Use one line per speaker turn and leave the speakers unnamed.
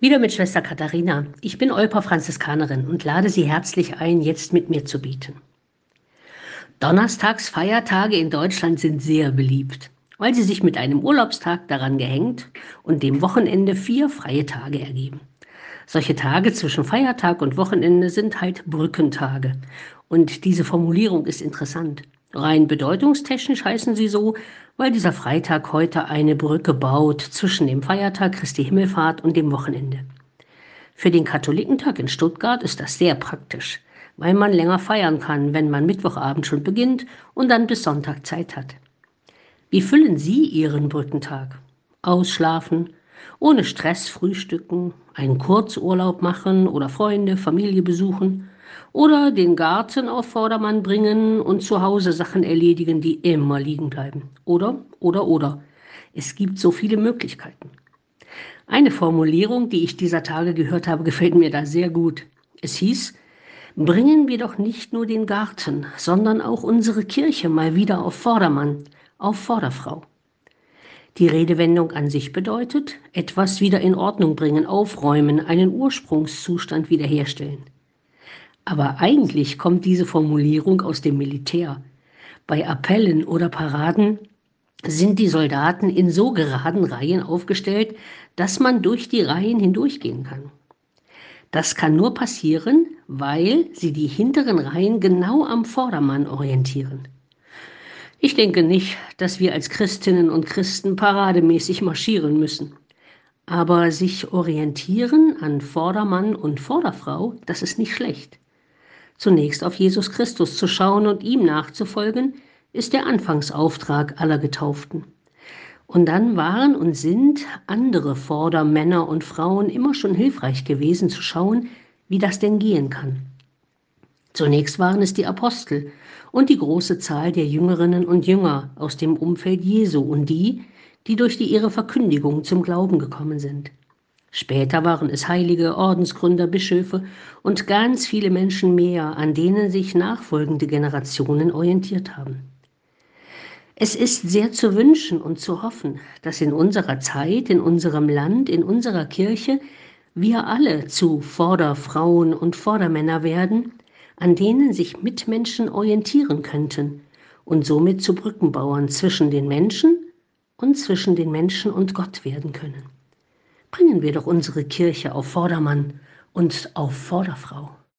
Wieder mit Schwester Katharina. Ich bin Olper-Franziskanerin und lade Sie herzlich ein, jetzt mit mir zu beten. Donnerstagsfeiertage in Deutschland sind sehr beliebt, weil sie sich mit einem Urlaubstag daran gehängt und dem Wochenende 4 freie Tage ergeben. Solche Tage zwischen Feiertag und Wochenende sind halt Brückentage. Und diese Formulierung ist interessant. Rein bedeutungstechnisch heißen sie so, weil dieser Freitag heute eine Brücke baut zwischen dem Feiertag Christi Himmelfahrt und dem Wochenende. Für den Katholikentag in Stuttgart ist das sehr praktisch, weil man länger feiern kann, wenn man Mittwochabend schon beginnt und dann bis Sonntag Zeit hat. Wie füllen Sie Ihren Brückentag? Ausschlafen, ohne Stress frühstücken, einen Kurzurlaub machen oder Freunde, Familie besuchen oder den Garten auf Vordermann bringen und zu Hause Sachen erledigen, die immer liegen bleiben. Oder. Es gibt so viele Möglichkeiten. Eine Formulierung, die ich dieser Tage gehört habe, gefällt mir da sehr gut. Es hieß: Bringen wir doch nicht nur den Garten, sondern auch unsere Kirche mal wieder auf Vordermann, auf Vorderfrau. Die Redewendung an sich bedeutet, etwas wieder in Ordnung bringen, aufräumen, einen Ursprungszustand wiederherstellen. Aber eigentlich kommt diese Formulierung aus dem Militär. Bei Appellen oder Paraden sind die Soldaten in so geraden Reihen aufgestellt, dass man durch die Reihen hindurchgehen kann. Das kann nur passieren, weil sie die hinteren Reihen genau am Vordermann orientieren. Ich denke nicht, dass wir als Christinnen und Christen parademäßig marschieren müssen. Aber sich orientieren an Vordermann und Vorderfrau, das ist nicht schlecht. Zunächst auf Jesus Christus zu schauen und ihm nachzufolgen, ist der Anfangsauftrag aller Getauften. Und dann waren und sind andere Vordermänner und Frauen immer schon hilfreich gewesen, zu schauen, wie das denn gehen kann. Zunächst waren es die Apostel und die große Zahl der Jüngerinnen und Jünger aus dem Umfeld Jesu und die durch ihre Verkündigung zum Glauben gekommen sind. Später waren es Heilige, Ordensgründer, Bischöfe und ganz viele Menschen mehr, an denen sich nachfolgende Generationen orientiert haben. Es ist sehr zu wünschen und zu hoffen, dass in unserer Zeit, in unserem Land, in unserer Kirche wir alle zu Vorderfrauen und Vordermänner werden, an denen sich Mitmenschen orientieren könnten und somit zu Brückenbauern zwischen den Menschen und Gott werden können. Bringen wir doch unsere Kirche auf Vordermann und auf Vorderfrau.